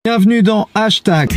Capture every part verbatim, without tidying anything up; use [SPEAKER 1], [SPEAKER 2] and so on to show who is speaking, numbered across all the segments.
[SPEAKER 1] Bienvenue dans Hashtag.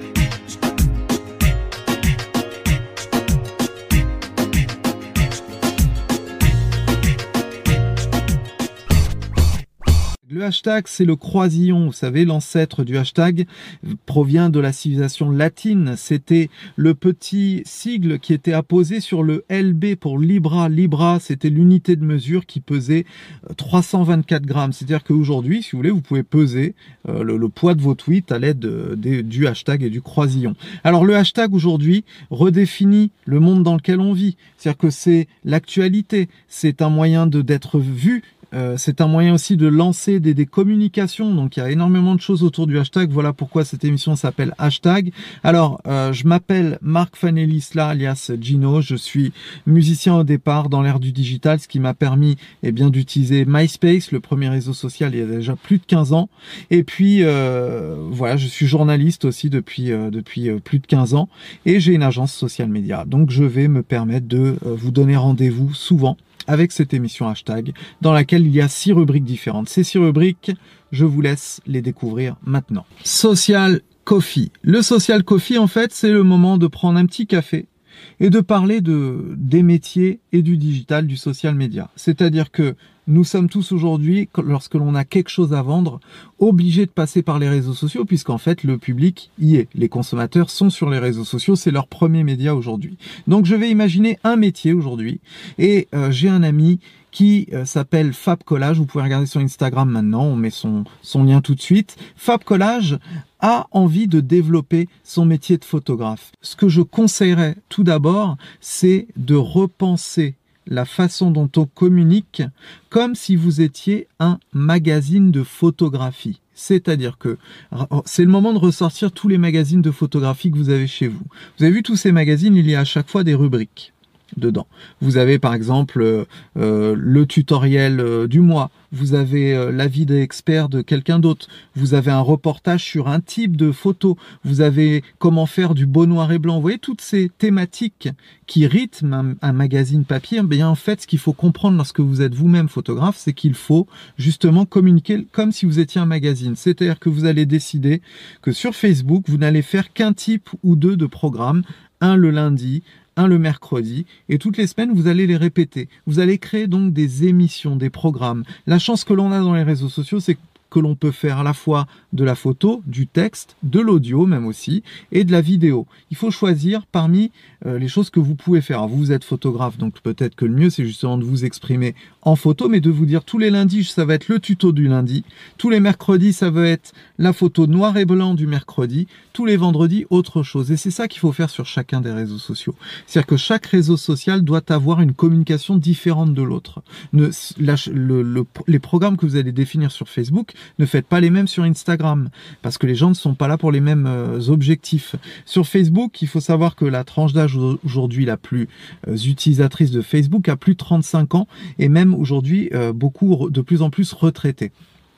[SPEAKER 1] Le hashtag, c'est le croisillon. Vous savez, l'ancêtre du hashtag provient de la civilisation latine. C'était le petit sigle qui était apposé sur le L B pour Libra. Libra, c'était l'unité de mesure qui pesait trois cent vingt-quatre grammes. C'est-à-dire qu'aujourd'hui, si vous voulez, vous pouvez peser euh, le, le poids de vos tweets à l'aide de, de, du hashtag et du croisillon. Alors, le hashtag, aujourd'hui, redéfinit le monde dans lequel on vit. C'est-à-dire que c'est l'actualité. C'est un moyen de d'être vu. Euh, c'est un moyen aussi de lancer des, des communications, donc il y a énormément de choses autour du hashtag. Voilà pourquoi cette émission s'appelle Hashtag. Alors, euh, je m'appelle Marc Fanelis, là, alias Gino. Je suis musicien au départ dans l'ère du digital, ce qui m'a permis eh bien d'utiliser MySpace, le premier réseau social, il y a déjà plus de quinze ans. Et puis, euh, voilà, je suis journaliste aussi depuis, euh, depuis euh, plus de quinze ans et j'ai une agence social media. Donc, je vais me permettre de euh, vous donner rendez-vous souvent avec cette émission Hashtag, dans laquelle il y a six rubriques différentes. Ces six rubriques, je vous laisse les découvrir maintenant. Social Coffee. Le Social Coffee, en fait, c'est le moment de prendre un petit café et de parler de, des métiers et du digital, du social media. C'est-à-dire que nous sommes tous aujourd'hui, lorsque l'on a quelque chose à vendre, obligés de passer par les réseaux sociaux, puisqu'en fait, le public y est. Les consommateurs sont sur les réseaux sociaux, c'est leur premier média aujourd'hui. Donc, je vais imaginer un métier aujourd'hui, et euh, j'ai un ami qui euh, s'appelle Fab Collage. Vous pouvez regarder sur Instagram maintenant, on met son, son lien tout de suite. Fab Collage a envie de développer son métier de photographe. Ce que je conseillerais tout d'abord, c'est de repenser la façon dont on communique comme si vous étiez un magazine de photographie. C'est-à-dire que c'est le moment de ressortir tous les magazines de photographie que vous avez chez vous. Vous avez vu tous ces magazines, il y a à chaque fois des rubriques dedans. Vous avez par exemple euh, le tutoriel euh, du mois, vous avez euh, l'avis d'expert de quelqu'un d'autre, vous avez un reportage sur un type de photo, vous avez comment faire du beau noir et blanc. Vous voyez toutes ces thématiques qui rythment un, un magazine papier. Bien en fait, ce qu'il faut comprendre lorsque vous êtes vous-même photographe, c'est qu'il faut justement communiquer comme si vous étiez un magazine. C'est-à-dire que vous allez décider que sur Facebook, vous n'allez faire qu'un type ou deux de programmes, un le lundi, un le mercredi, et toutes les semaines, vous allez les répéter. Vous allez créer donc des émissions, des programmes. La chance que l'on a dans les réseaux sociaux, c'est que l'on peut faire à la fois de la photo, du texte, de l'audio même aussi, et de la vidéo. Il faut choisir parmi euh, les choses que vous pouvez faire. Alors, vous, vous êtes photographe, donc peut-être que le mieux, c'est justement de vous exprimer en photo, mais de vous dire tous les lundis, ça va être le tuto du lundi, tous les mercredis, ça va être la photo noir et blanc du mercredi, tous les vendredis, autre chose. Et c'est ça qu'il faut faire sur chacun des réseaux sociaux. C'est-à-dire que chaque réseau social doit avoir une communication différente de l'autre. Ne, la, le, le, les programmes que vous allez définir sur Facebook, ne faites pas les mêmes sur Instagram, parce que les gens ne sont pas là pour les mêmes euh, objectifs. Sur Facebook, il faut savoir que la tranche d'âge aujourd'hui la plus euh, utilisatrice de Facebook a plus de trente-cinq ans, et même aujourd'hui euh, beaucoup de plus en plus retraités.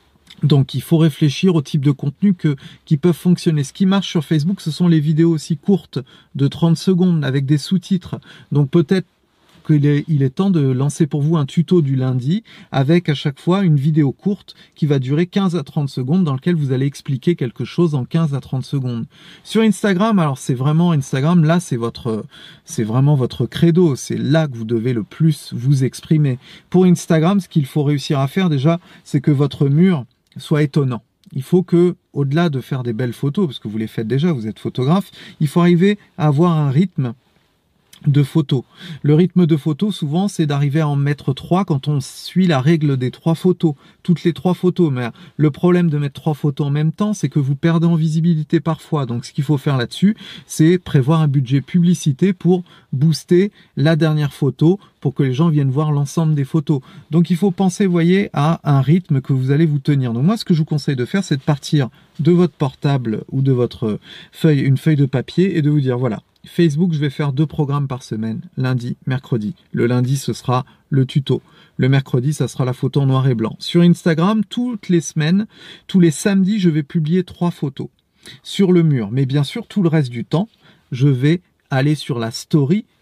[SPEAKER 1] Donc il faut réfléchir au type de contenu que, qui peuvent fonctionner. Ce qui marche sur Facebook, ce sont les vidéos aussi courtes de trente secondes avec des sous-titres. Donc peut-être qu'il est, il est temps de lancer pour vous un tuto du lundi avec à chaque fois une vidéo courte qui va durer quinze à trente secondes dans lequel vous allez expliquer quelque chose en quinze à trente secondes. Sur Instagram, alors c'est vraiment Instagram, là c'est votre, c'est vraiment votre credo, c'est là que vous devez le plus vous exprimer. Pour Instagram, ce qu'il faut réussir à faire déjà, c'est que votre mur soit étonnant. Il faut que, au-delà de faire des belles photos, parce que vous les faites déjà, vous êtes photographe, il faut arriver à avoir un rythme de photos. Le rythme de photos, souvent, c'est d'arriver à en mettre trois quand on suit la règle des trois photos. Toutes les trois photos. Mais le problème de mettre trois photos en même temps, c'est que vous perdez en visibilité parfois. Donc, ce qu'il faut faire là-dessus, c'est prévoir un budget publicité pour booster la dernière photo, pour que les gens viennent voir l'ensemble des photos. Donc, il faut penser, vous voyez, à un rythme que vous allez vous tenir. Donc, moi, ce que je vous conseille de faire, c'est de partir de votre portable ou de votre feuille, une feuille de papier, et de vous dire, voilà, Facebook, je vais faire deux programmes par semaine, lundi, mercredi. Le lundi, ce sera le tuto. Le mercredi, ça sera la photo en noir et blanc. Sur Instagram, toutes les semaines, tous les samedis, je vais publier trois photos sur le mur. Mais bien sûr, tout le reste du temps, je vais aller sur la story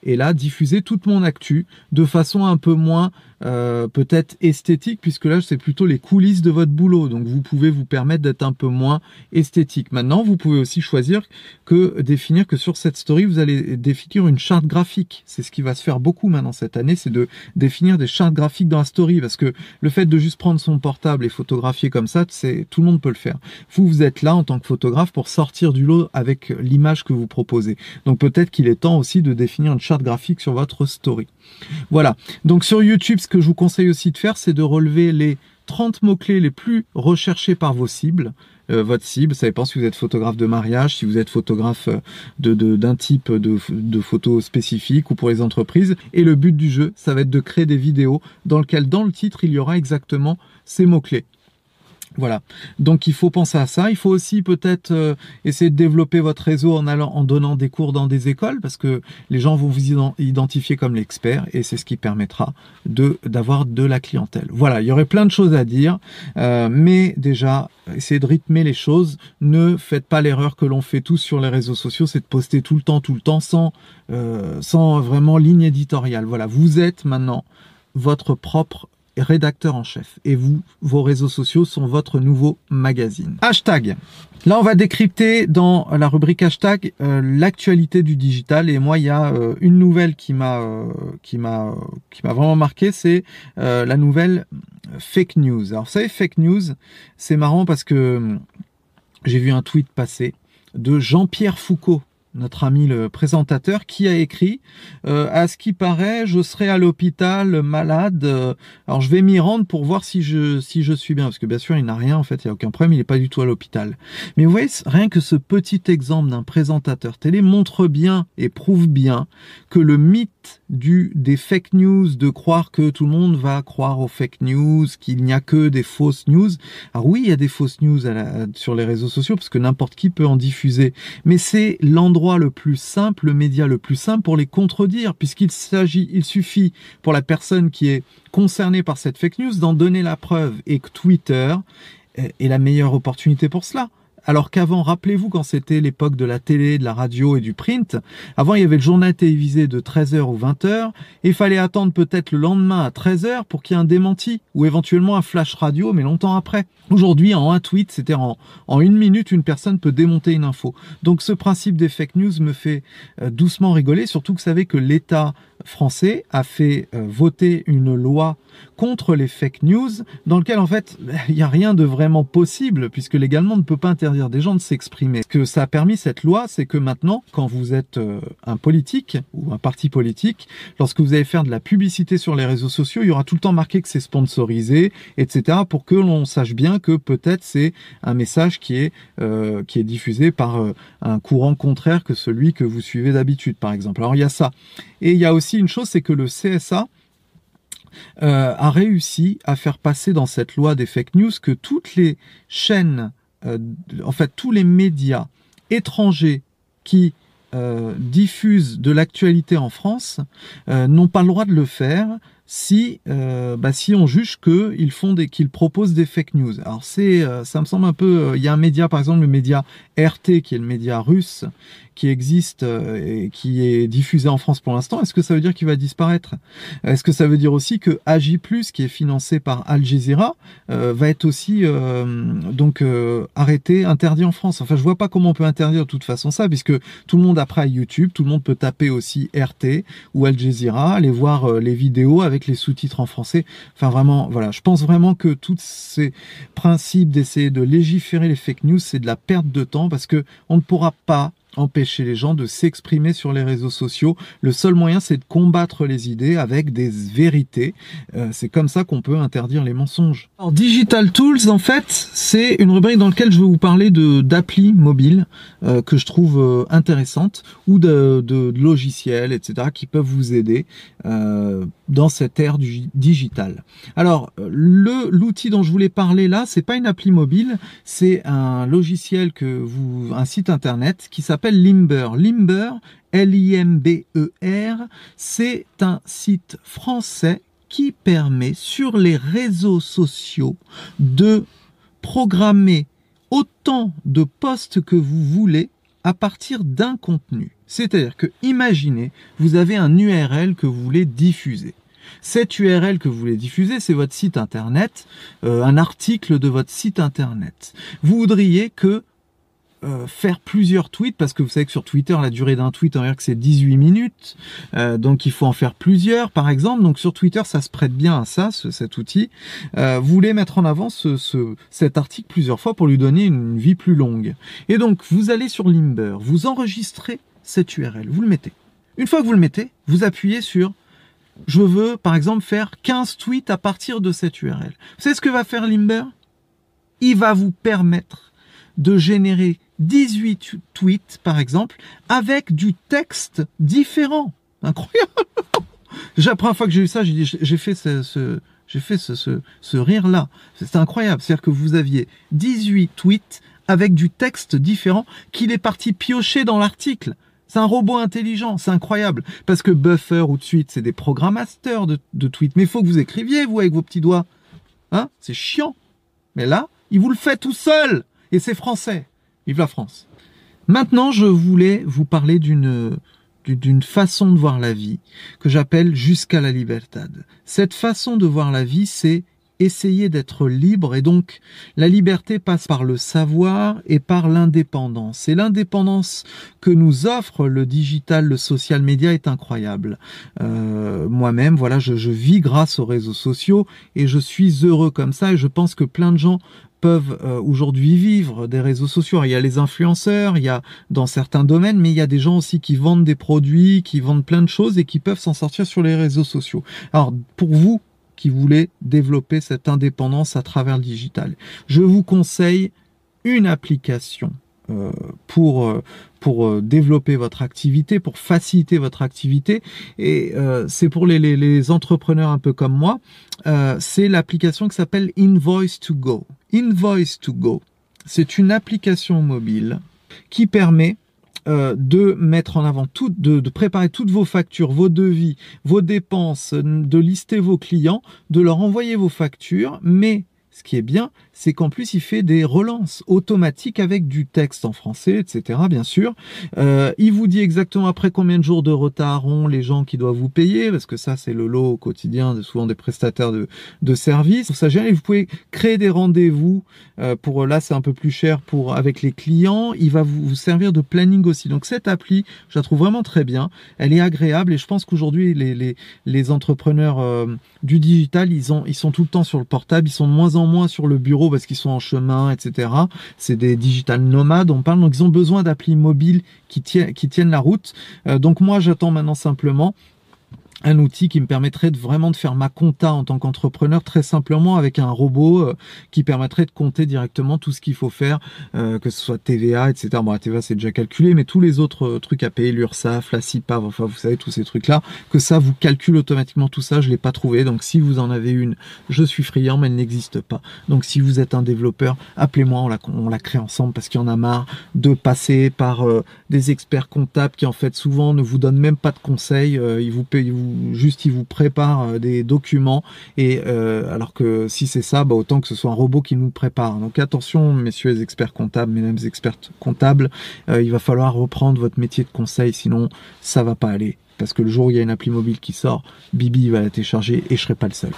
[SPEAKER 1] et là diffuser toute mon actu de façon un peu moins euh, peut-être esthétique, puisque là c'est plutôt les coulisses de votre boulot, donc vous pouvez vous permettre d'être un peu moins esthétique. Maintenant vous pouvez aussi choisir que définir que sur cette story vous allez définir une charte graphique. C'est ce qui va se faire beaucoup maintenant cette année, c'est de définir des chartes graphiques dans la story, parce que le fait de juste prendre son portable et photographier comme ça, c'est tout le monde peut le faire. Vous vous êtes là en tant que photographe pour sortir du lot avec l'image que vous proposez. Donc peut-être qu'il est temps aussi de définir une charte graphique sur votre story. Voilà. Donc sur YouTube, ce que je vous conseille aussi de faire, c'est de relever les trente mots-clés les plus recherchés par vos cibles. Euh, votre cible, ça dépend si vous êtes photographe de mariage, si vous êtes photographe de, de, d'un type de, de photos spécifique ou pour les entreprises. Et le but du jeu, ça va être de créer des vidéos dans lesquelles, dans le titre, il y aura exactement ces mots-clés. Voilà, donc il faut penser à ça. Il faut aussi peut-être euh, essayer de développer votre réseau en allant, en donnant des cours dans des écoles, parce que les gens vont vous identifier comme l'expert et c'est ce qui permettra de d'avoir de la clientèle. Voilà, il y aurait plein de choses à dire, euh, mais déjà, essayez de rythmer les choses. Ne faites pas l'erreur que l'on fait tous sur les réseaux sociaux, c'est de poster tout le temps, tout le temps, sans, euh, sans vraiment ligne éditoriale. Voilà, vous êtes maintenant votre propre rédacteur en chef et vous, vos réseaux sociaux sont votre nouveau magazine. Hashtag. Là, on va décrypter dans la rubrique hashtag euh, l'actualité du digital. Et moi, il y a euh, une nouvelle qui m'a euh, qui m'a qui m'a vraiment marqué, c'est euh, la nouvelle fake news. Alors, vous savez, fake news, c'est marrant parce que j'ai vu un tweet passer de Jean-Pierre Foucault, notre ami le présentateur, qui a écrit euh, « À ce qui paraît, je serai à l'hôpital malade, euh, alors je vais m'y rendre pour voir si je, si je suis bien. » Parce que bien sûr, il n'a rien, en fait, il n'y a aucun problème, il n'est pas du tout à l'hôpital. Mais vous voyez, rien que ce petit exemple d'un présentateur télé montre bien et prouve bien que le mythe du, des fake news, de croire que tout le monde va croire aux fake news, qu'il n'y a que des fausses news. Alors oui, il y a des fausses news à la, sur les réseaux sociaux, parce que n'importe qui peut en diffuser. Mais c'est l'endroit le plus simple, le média le plus simple pour les contredire, puisqu'il s'agit, il suffit pour la personne qui est concernée par cette fake news d'en donner la preuve, et que Twitter est la meilleure opportunité pour cela. Alors qu'avant, rappelez-vous, quand c'était l'époque de la télé, de la radio et du print, avant il y avait le journal télévisé de treize heures ou vingt heures, et il fallait attendre peut-être le lendemain à treize heures pour qu'il y ait un démenti, ou éventuellement un flash radio, mais longtemps après. Aujourd'hui, en un tweet, c'est-à-dire en, en une minute, une personne peut démonter une info. Donc ce principe des fake news me fait euh, doucement rigoler, surtout que vous savez que l'État français a fait euh, voter une loi contre les fake news, dans lequel en fait il n'y a rien de vraiment possible, puisque légalement on ne peut pas interdire des gens de s'exprimer. Ce que ça a permis, cette loi, c'est que maintenant, quand vous êtes euh, un politique ou un parti politique, lorsque vous allez faire de la publicité sur les réseaux sociaux, il y aura tout le temps marqué que c'est sponsorisé, et cetera, pour que l'on sache bien que peut-être c'est un message qui est euh, qui est diffusé par euh, un courant contraire que celui que vous suivez d'habitude, par exemple. Alors il y a ça. Et il y a aussi une chose, c'est que le C S A Euh, a réussi à faire passer dans cette loi des fake news que toutes les chaînes, euh, en fait tous les médias étrangers qui euh, diffusent de l'actualité en France euh, n'ont pas le droit de le faire si euh, bah, si on juge qu'ils font des qu'ils proposent des fake news. Alors c'est euh, ça me semble un peu euh, il y a un média, par exemple le média R T, qui est le média russe, qui existe euh, et qui est diffusé en France pour l'instant. Est-ce que ça veut dire qu'il va disparaître? Est-ce que ça veut dire aussi que A J plus, qui est financé par Al Jazeera, euh, va être aussi euh, donc euh, arrêté, interdit en France? Enfin, je vois pas comment on peut interdire de toute façon ça, puisque tout le monde après YouTube, tout le monde peut taper aussi R T ou Al Jazeera, aller voir euh, les vidéos avec les sous-titres en français. Enfin vraiment, voilà, je pense vraiment que tous ces principes d'essayer de légiférer les fake news, c'est de la perte de temps, parce que on ne pourra pas empêcher les gens de s'exprimer sur les réseaux sociaux. Le seul moyen, c'est de combattre les idées avec des vérités. Euh, c'est comme ça qu'on peut interdire les mensonges. Alors, Digital Tools, en fait, c'est une rubrique dans laquelle je vais vous parler de d'applis mobiles euh, que je trouve euh, intéressantes, ou de, de, de logiciels, et cetera, qui peuvent vous aider euh, dans cette ère du digital. Alors, le l'outil dont je voulais parler là, c'est pas une appli mobile, c'est un logiciel que vous, un site internet qui s'appelle Limber. Limber, L I M B E R, c'est un site français qui permet sur les réseaux sociaux de programmer autant de posts que vous voulez à partir d'un contenu. C'est-à-dire que, imaginez, vous avez un U R L que vous voulez diffuser. Cette U R L que vous voulez diffuser, c'est votre site internet, euh, un article de votre site internet. Vous voudriez que Euh, faire plusieurs tweets, parce que vous savez que sur Twitter, la durée d'un tweet, on va dire que c'est dix-huit minutes, euh, donc il faut en faire plusieurs, par exemple. Donc sur Twitter, ça se prête bien à ça, ce, cet outil. Euh, vous voulez mettre en avant ce, ce, cet article plusieurs fois pour lui donner une vie plus longue. Et donc, vous allez sur Limber, vous enregistrez cette U R L, vous le mettez. Une fois que vous le mettez, vous appuyez sur « Je veux, par exemple, faire quinze tweets à partir de cette U R L ». Vous savez ce que va faire Limber? Il va vous permettre de générer dix-huit tweets, par exemple, avec du texte différent. Incroyable! Déjà, la première fois que j'ai eu ça, j'ai dit, j'ai fait ce, ce j'ai fait ce, ce, ce rire-là. C'est incroyable. C'est-à-dire que vous aviez dix-huit tweets avec du texte différent qu'il est parti piocher dans l'article. C'est un robot intelligent, c'est incroyable. Parce que Buffer ou Tweet, c'est des programmateurs de, de tweets. Mais il faut que vous écriviez, vous, avec vos petits doigts. Hein? C'est chiant. Mais là, il vous le fait tout seul. Et c'est français. Vive la France. Maintenant, je voulais vous parler d'une d'une façon de voir la vie que j'appelle jusqu'à la libertad. Cette façon de voir la vie, c'est essayer d'être libre, et donc la liberté passe par le savoir et par l'indépendance. Et l'indépendance que nous offre le digital, le social media est incroyable. Euh, Moi-même, voilà, je, je vis grâce aux réseaux sociaux et je suis heureux comme ça, et je pense que plein de gens peuvent euh, aujourd'hui vivre des réseaux sociaux. Il y a les influenceurs, il y a dans certains domaines, mais il y a des gens aussi qui vendent des produits, qui vendent plein de choses et qui peuvent s'en sortir sur les réseaux sociaux. Alors, pour vous qui voulez développer cette indépendance à travers le digital, je vous conseille une application euh, pour euh, pour euh, développer votre activité, pour faciliter votre activité, et euh, c'est pour les, les, les entrepreneurs un peu comme moi. Euh, c'est l'application qui s'appelle Invoice to Go. Invoice to Go, c'est une application mobile qui permet euh, de mettre en avant, tout, de, de préparer toutes vos factures, vos devis, vos dépenses, de lister vos clients, de leur envoyer vos factures, mais ce qui est bien, c'est qu'en plus, il fait des relances automatiques avec du texte en français, et cetera, bien sûr. Euh, il vous dit exactement après combien de jours de retard ont les gens qui doivent vous payer, parce que ça, c'est le lot au quotidien, de, souvent des prestataires de, de services. Ça, génial. Vous pouvez créer des rendez-vous. Euh, pour là, c'est un peu plus cher pour avec les clients. Il va vous, vous servir de planning aussi. Donc, cette appli, je la trouve vraiment très bien. Elle est agréable, et je pense qu'aujourd'hui, les, les, les entrepreneurs euh, du digital, ils, ont, ils sont tout le temps sur le portable. Ils sont de moins en moins sur le bureau parce qu'ils sont en chemin, et cetera. C'est des digital nomades, on parle, donc ils ont besoin d'applis mobiles qui, tiennent, qui tiennent la route. Euh, donc moi, j'attends maintenant simplement un outil qui me permettrait de vraiment de faire ma compta en tant qu'entrepreneur très simplement avec un robot euh, qui permettrait de compter directement tout ce qu'il faut faire, euh, que ce soit T V A, et cetera. Bon, la T V A, c'est déjà calculé, mais tous les autres euh, trucs à payer, l'URSSAF, la CIPAV, enfin, vous savez, tous ces trucs-là, que ça vous calcule automatiquement tout ça, je l'ai pas trouvé. Donc, si vous en avez une, je suis friand, mais elle n'existe pas. Donc, si vous êtes un développeur, appelez-moi, on la, on la crée ensemble parce qu'il y en a marre de passer par euh, des experts comptables qui, en fait, souvent ne vous donnent même pas de conseils, euh, ils vous payent, vous juste il vous prépare des documents, et euh, alors que si c'est ça, bah, autant que ce soit un robot qui nous le prépare. Donc attention, messieurs les experts comptables, mesdames les expertes comptables, euh, il va falloir reprendre votre métier de conseil, sinon ça va pas aller. Parce que le jour où il y a une appli mobile qui sort, Bibi va la télécharger et je serai pas le seul.